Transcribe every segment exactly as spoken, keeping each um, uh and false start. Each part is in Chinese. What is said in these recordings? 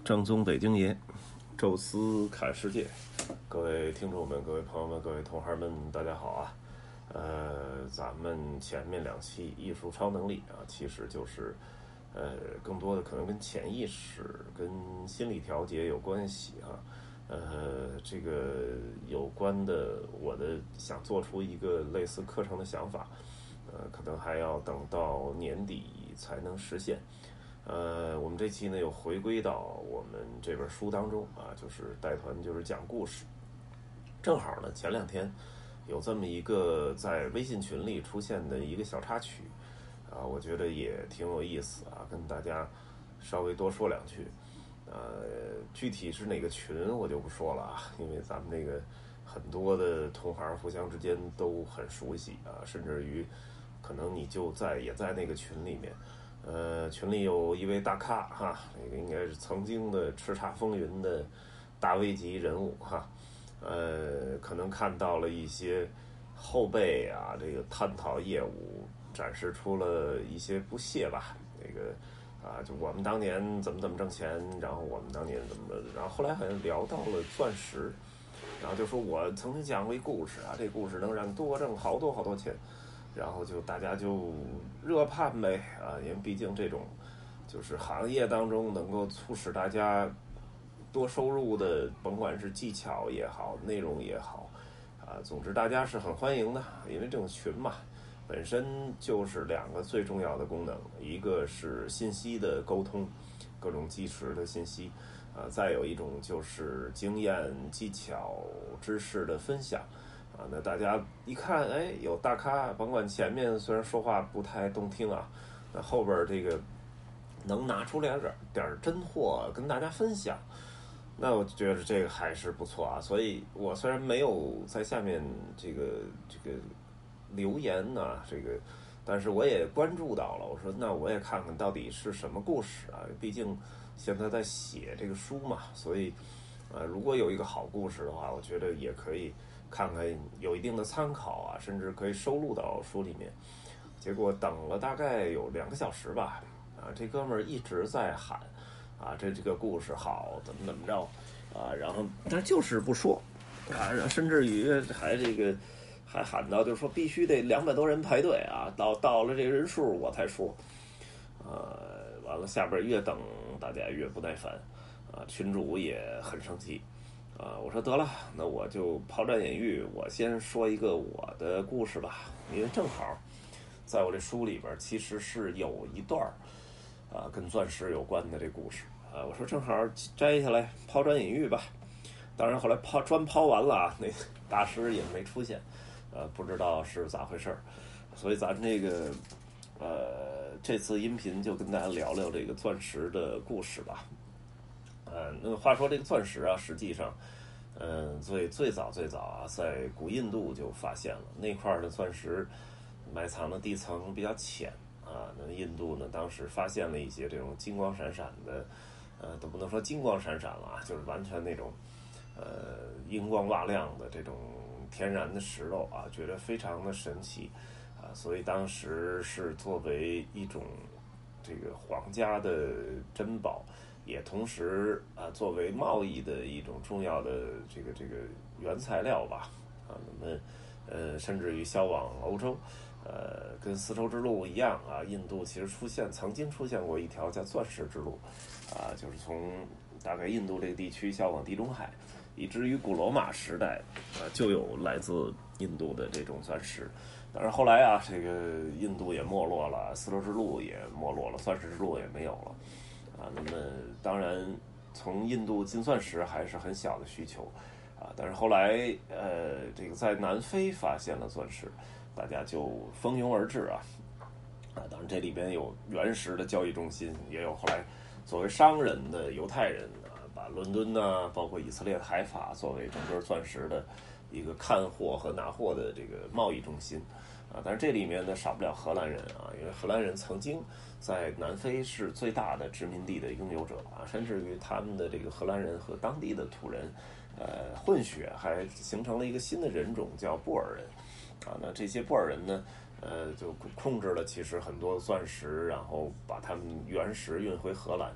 正宗北京爷，宙斯看世界。各位听众们，各位朋友们，各位同行们，大家好啊！呃，咱们前面两期艺术超能力啊，其实就是呃，更多的可能跟潜意识、跟心理调节有关系啊。呃，这个有关的，我的想做出一个类似课程的想法，呃，可能还要等到年底才能实现。呃，我们这期呢又回归到我们这本书当中啊，就是带团就是讲故事。正好呢，前两天有这么一个在微信群里出现的一个小插曲啊，我觉得也挺有意思啊，跟大家稍微多说两句。呃，具体是哪个群我就不说了啊，因为咱们这个很多的同行互相之间都很熟悉啊，甚至于可能你就在也在那个群里面。呃，群里有一位大咖哈，那个应该是曾经的叱咤风云的大 V 级人物哈，呃，可能看到了一些后辈啊，这个探讨业务，展示出了一些不屑吧，那个啊，就我们当年怎么怎么挣钱，然后我们当年怎么，然后后来好像聊到了钻石，然后就说我曾经讲过一故事啊，这故事能让你多挣好多好多钱。然后就大家就热盼呗啊，因为毕竟这种就是行业当中能够促使大家多收入的，甭管是技巧也好，内容也好啊，总之大家是很欢迎的，因为这种群嘛，本身就是两个最重要的功能，一个是信息的沟通，各种即时的信息啊，再有一种就是经验、技巧、知识的分享。啊，那大家一看，哎，有大咖，甭管前面虽然说话不太动听啊，那后边这个能拿出来点点真货跟大家分享，那我觉得这个还是不错啊。所以我虽然没有在下面这个这个留言呢、啊，这个，但是我也关注到了。我说，那我也看看到底是什么故事啊？毕竟现在在写这个书嘛，所以，呃，如果有一个好故事的话，我觉得也可以。看看有一定的参考啊，甚至可以收录到书里面。结果等了大概有两个小时吧，啊，这哥们儿一直在喊，啊，这这个故事好，怎么怎么着，啊，然后但就是不说，啊，甚至于还这个还喊到就是说必须得两百多人排队啊，到到了这个人数我才说，呃，完了下边越等大家越不耐烦，啊，群主也很生气。啊，我说得了，那我就抛砖引玉，我先说一个我的故事吧，因为正好在我这书里边其实是有一段啊跟钻石有关的这故事啊，我说正好摘下来抛砖引玉吧。当然后来抛砖抛完了啊，那大师也没出现，呃，不知道是咋回事，所以咱这个呃这次音频就跟大家聊聊这个钻石的故事吧。呃，那话说这个钻石啊，实际上，嗯、呃，最最早最早啊，在古印度就发现了那块的钻石埋藏的地层比较浅啊。那印度呢，当时发现了一些这种金光闪闪的，呃，都不能说金光闪闪了，就是完全那种呃银光瓦亮的这种天然的石头啊，觉得非常的神奇啊，所以当时是作为一种这个皇家的珍宝。也同时啊，作为贸易的一种重要的这个这个原材料吧，啊，那么呃，甚至于销往欧洲，呃，跟丝绸之路一样啊，印度其实出现曾经出现过一条叫钻石之路，啊，就是从大概印度这个地区销往地中海，以至于古罗马时代啊，就有来自印度的这种钻石。但是后来啊，这个印度也没落了，丝绸之路也没落了，钻石之路也没有了。啊，那么当然，从印度进钻石还是很小的需求，啊，但是后来呃，这个在南非发现了钻石，大家就蜂拥而至啊，啊，当然这里边有原始的交易中心，也有后来作为商人的犹太人啊，把伦敦呢，包括以色列的海法作为整个钻石的一个看货和拿货的这个贸易中心。啊，但是这里面呢少不了荷兰人啊，因为荷兰人曾经在南非是最大的殖民地的拥有者啊，甚至于他们的这个荷兰人和当地的土人，呃，混血，还形成了一个新的人种叫布尔人，啊，那这些布尔人呢，呃，就控制了其实很多钻石，然后把他们原石运回荷兰。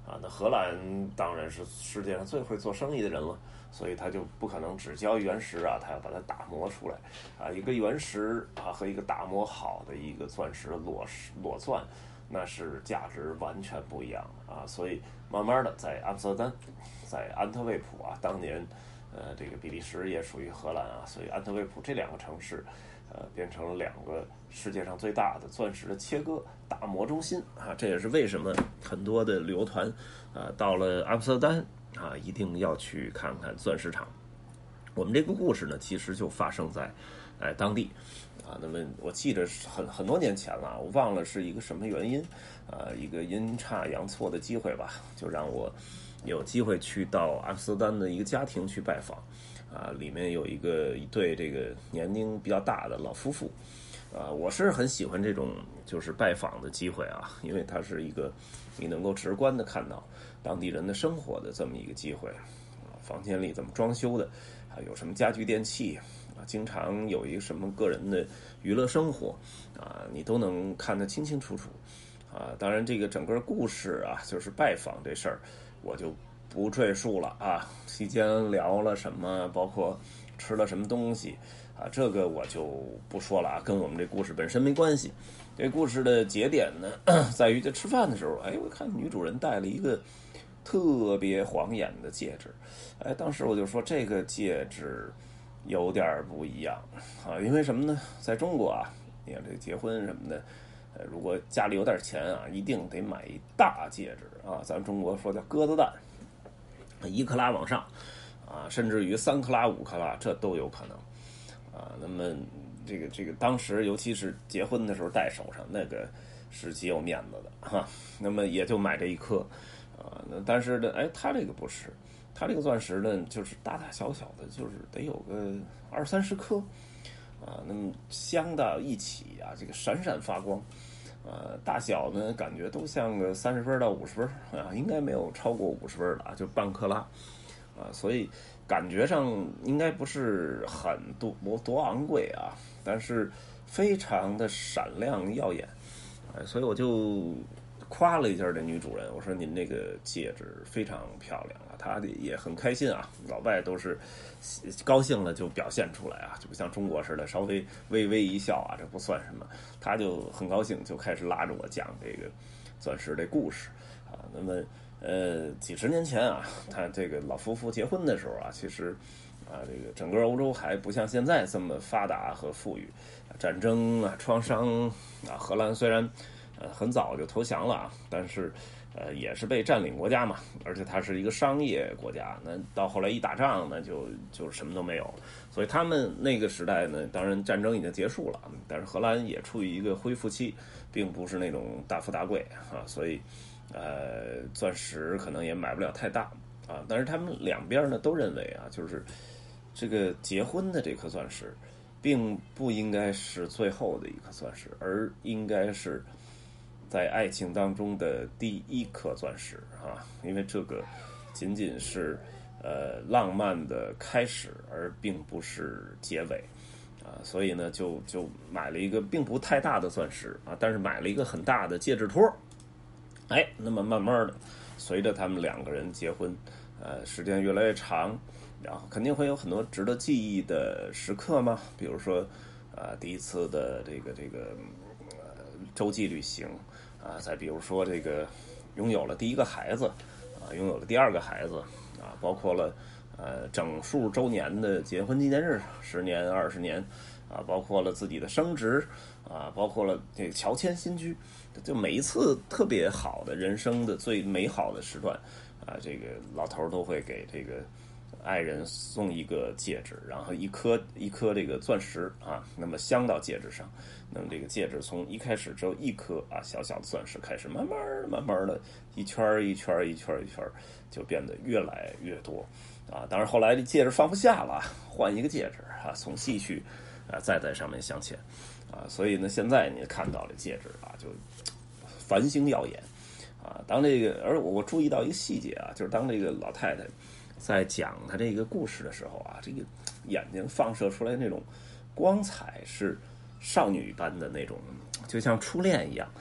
啊，那荷兰当然是世界上最会做生意的人了，所以他就不可能只交原石啊，他要把它打磨出来啊。一个原石啊和一个打磨好的一个钻石的裸裸钻，那是价值完全不一样的啊。所以慢慢的在阿姆斯特丹，在安特卫普啊，当年呃这个比利时也属于荷兰啊，所以安特卫普这两个城市呃变成了两个世界上最大的钻石的切割打磨中心啊。这也是为什么很多的旅游团啊到了阿姆斯特丹啊一定要去看看钻石厂。我们这个故事呢其实就发生在哎当地啊。那么我记得很很多年前了，我忘了是一个什么原因啊，一个阴差阳错的机会吧，就让我有机会去到阿姆斯特丹的一个家庭去拜访啊。里面有一个一对这个年龄比较大的老夫妇啊。我是很喜欢这种就是拜访的机会啊，因为它是一个你能够直观的看到当地人的生活的这么一个机会啊。房间里怎么装修的啊，有什么家居电器啊，经常有一个什么个人的娱乐生活啊，你都能看得清清楚楚啊。当然这个整个故事啊，就是拜访这事儿我就不赘述了啊。期间聊了什么，包括吃了什么东西啊，这个我就不说了啊，跟我们这故事本身没关系。这故事的节点呢，在于在吃饭的时候，哎，我看女主人戴了一个特别晃眼的戒指，哎，当时我就说这个戒指有点不一样啊，因为什么呢？在中国啊，你看这个结婚什么的，呃，如果家里有点钱啊，一定得买一大戒指啊，咱中国说叫鸽子蛋，一克拉往上啊，甚至于三克拉、五克拉，这都有可能啊。那么这个这个当时尤其是结婚的时候戴手上，那个是极有面子的哈、啊。那么也就买这一颗啊。那但是呢，哎，他这个不是，他这个钻石呢，就是大大小小的，就是得有个二三十颗啊。那么镶到一起啊，这个闪闪发光。呃，大小呢，感觉都像个三十分到五十分啊，应该没有超过五十分的啊，就半克拉啊，所以感觉上应该不是很多多昂贵啊，但是非常的闪亮耀眼，哎，所以我就夸了一下这女主人，我说您这个戒指非常漂亮啊，她也很开心啊，老外都是高兴了就表现出来啊，就不像中国似的稍微微微一笑啊，这不算什么，她就很高兴，就开始拉着我讲这个钻石这故事啊。那么呃几十年前啊，他这个老夫妇结婚的时候啊，其实啊这个整个欧洲还不像现在这么发达和富裕，战争啊创伤啊，荷兰虽然呃很早就投降了啊，但是呃也是被占领国家嘛，而且它是一个商业国家，那到后来一打仗呢就就什么都没有，所以他们那个时代呢，当然战争已经结束了，但是荷兰也处于一个恢复期，并不是那种大富大贵啊，所以呃钻石可能也买不了太大啊，但是他们两边呢都认为啊，就是这个结婚的这颗钻石并不应该是最后的一颗钻石，而应该是在爱情当中的第一颗钻石啊，因为这个仅仅是呃浪漫的开始，而并不是结尾啊，所以呢就就买了一个并不太大的钻石啊，但是买了一个很大的戒指托。哎，那么慢慢的随着他们两个人结婚，呃，时间越来越长，然后肯定会有很多值得记忆的时刻嘛，比如说呃第一次的这个这个呃洲际旅行啊，再比如说这个拥有了第一个孩子啊，拥有了第二个孩子啊，包括了呃整数周年的结婚纪念日，十年二十年啊，包括了自己的升职啊，包括了这个乔迁新居，就每一次特别好的人生的最美好的时段啊，这个老头都会给这个爱人送一个戒指，然后一颗一颗这个钻石啊，那么镶到戒指上，那么这个戒指从一开始只有一颗啊小小的钻石开始，慢慢慢慢的一圈一圈一圈一圈就变得越来越多啊。当然后来这戒指放不下了，换一个戒指啊，从细去啊再在上面镶嵌啊，所以呢现在你看到这戒指啊就繁星耀眼啊。当这个而我注意到一个细节啊，就是当这个老太太在讲她这个故事的时候啊，这个眼睛放射出来那种光彩是少女般的那种，就像初恋一样啊，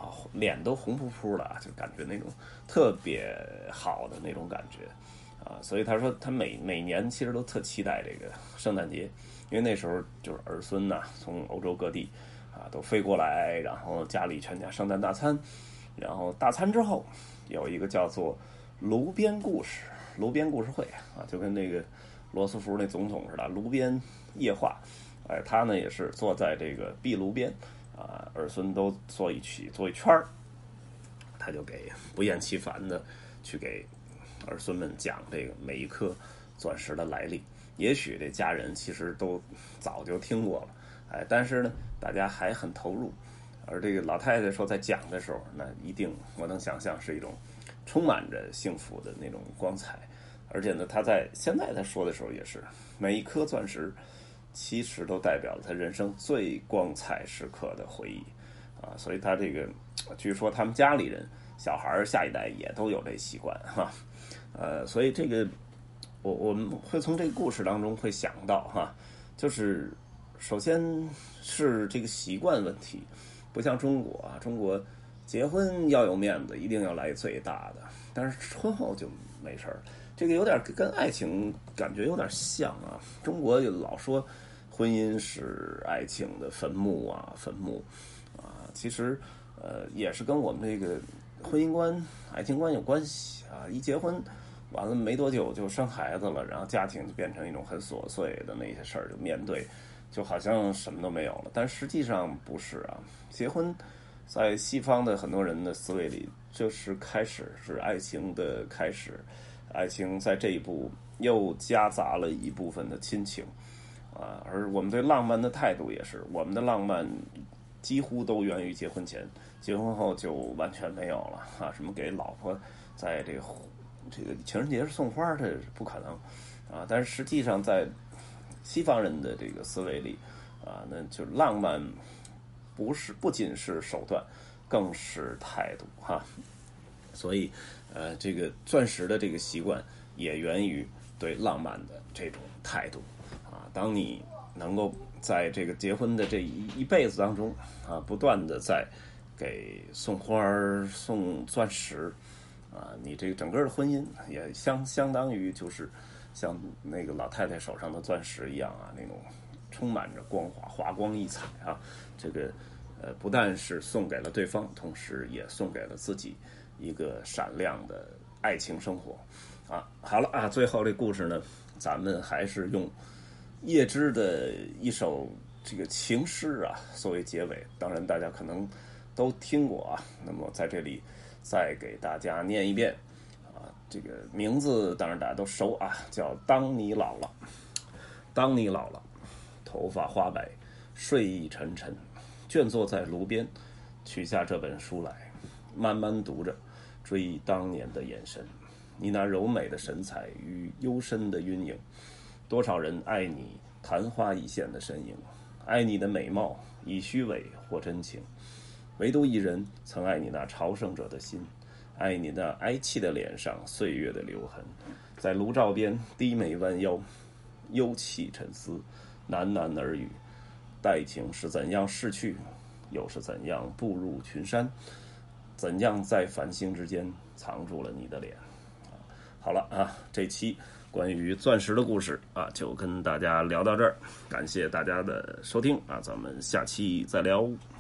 啊，脸都红扑扑的，就感觉那种特别好的那种感觉啊。所以他说他每每年其实都特期待这个圣诞节，因为那时候就是儿孙呐、啊、从欧洲各地啊都飞过来，然后家里全家圣诞大餐，然后大餐之后有一个叫做炉边故事炉边故事会啊，就跟那个罗斯福那总统似的，炉边夜话。哎，他呢也是坐在这个壁炉边啊，儿孙都坐一起坐一圈儿，他就给不厌其烦的去给儿孙们讲这个每一颗钻石的来历。也许这家人其实都早就听过了，哎，但是呢，大家还很投入。而这个老太太说，在讲的时候，那一定我能想象是一种充满着幸福的那种光彩。而且呢，他在现在他说的时候也是，每一颗钻石其实都代表了他人生最光彩时刻的回忆啊。所以他这个，据说他们家里人、小孩下一代也都有这习惯哈。呃，所以这个我我们会从这个故事当中会想到哈，就是首先是这个习惯问题，不像中国啊，中国结婚要有面子，一定要来最大的，但是婚后就没事儿。这个有点跟爱情感觉有点像啊，中国就老说婚姻是爱情的坟墓啊，坟墓啊，其实呃也是跟我们这个婚姻观、爱情观有关系啊。一结婚完了没多久就生孩子了，然后家庭就变成一种很琐碎的那些事儿，就面对，就好像什么都没有了。但实际上不是啊，结婚在西方的很多人的思维里，就是开始是爱情的开始。爱情在这一步又夹杂了一部分的亲情啊，而我们对浪漫的态度也是，我们的浪漫几乎都源于结婚前，结婚后就完全没有了啊。什么给老婆在这个这个情人节送花，这不可能啊。但是实际上在西方人的这个思维里啊，那就浪漫不是不仅是手段，更是态度哈。所以，呃，这个钻石的这个习惯也源于对浪漫的这种态度啊。当你能够在这个结婚的这一一辈子当中啊，不断的在给送花送钻石啊，你这个整个的婚姻也相相当于就是像那个老太太手上的钻石一样啊，那种充满着光华，华光溢彩啊。这个呃，不但是送给了对方，同时也送给了自己一个闪亮的爱情生活啊。好了啊，最后这故事呢，咱们还是用叶芝的一首这个情诗啊作为结尾。当然大家可能都听过啊，那么在这里再给大家念一遍啊，这个名字当然大家都熟啊，叫当你老了。当你老了，头发花白，睡意沉沉，倦坐在炉边，取下这本书来，慢慢读着，追忆当年的眼神，你那柔美的神采与幽深的晕影。多少人爱你昙花一现的身影，爱你的美貌以虚伪或真情，唯独一人曾爱你那朝圣者的心，爱你那哀戚的脸上岁月的留痕。在炉灶边低眉弯腰，幽气沉思，喃喃耳语，代情是怎样逝去，又是怎样步入群山，怎样在繁星之间藏住了你的脸。好了啊，这期关于钻石的故事啊，就跟大家聊到这儿，感谢大家的收听啊，咱们下期再聊。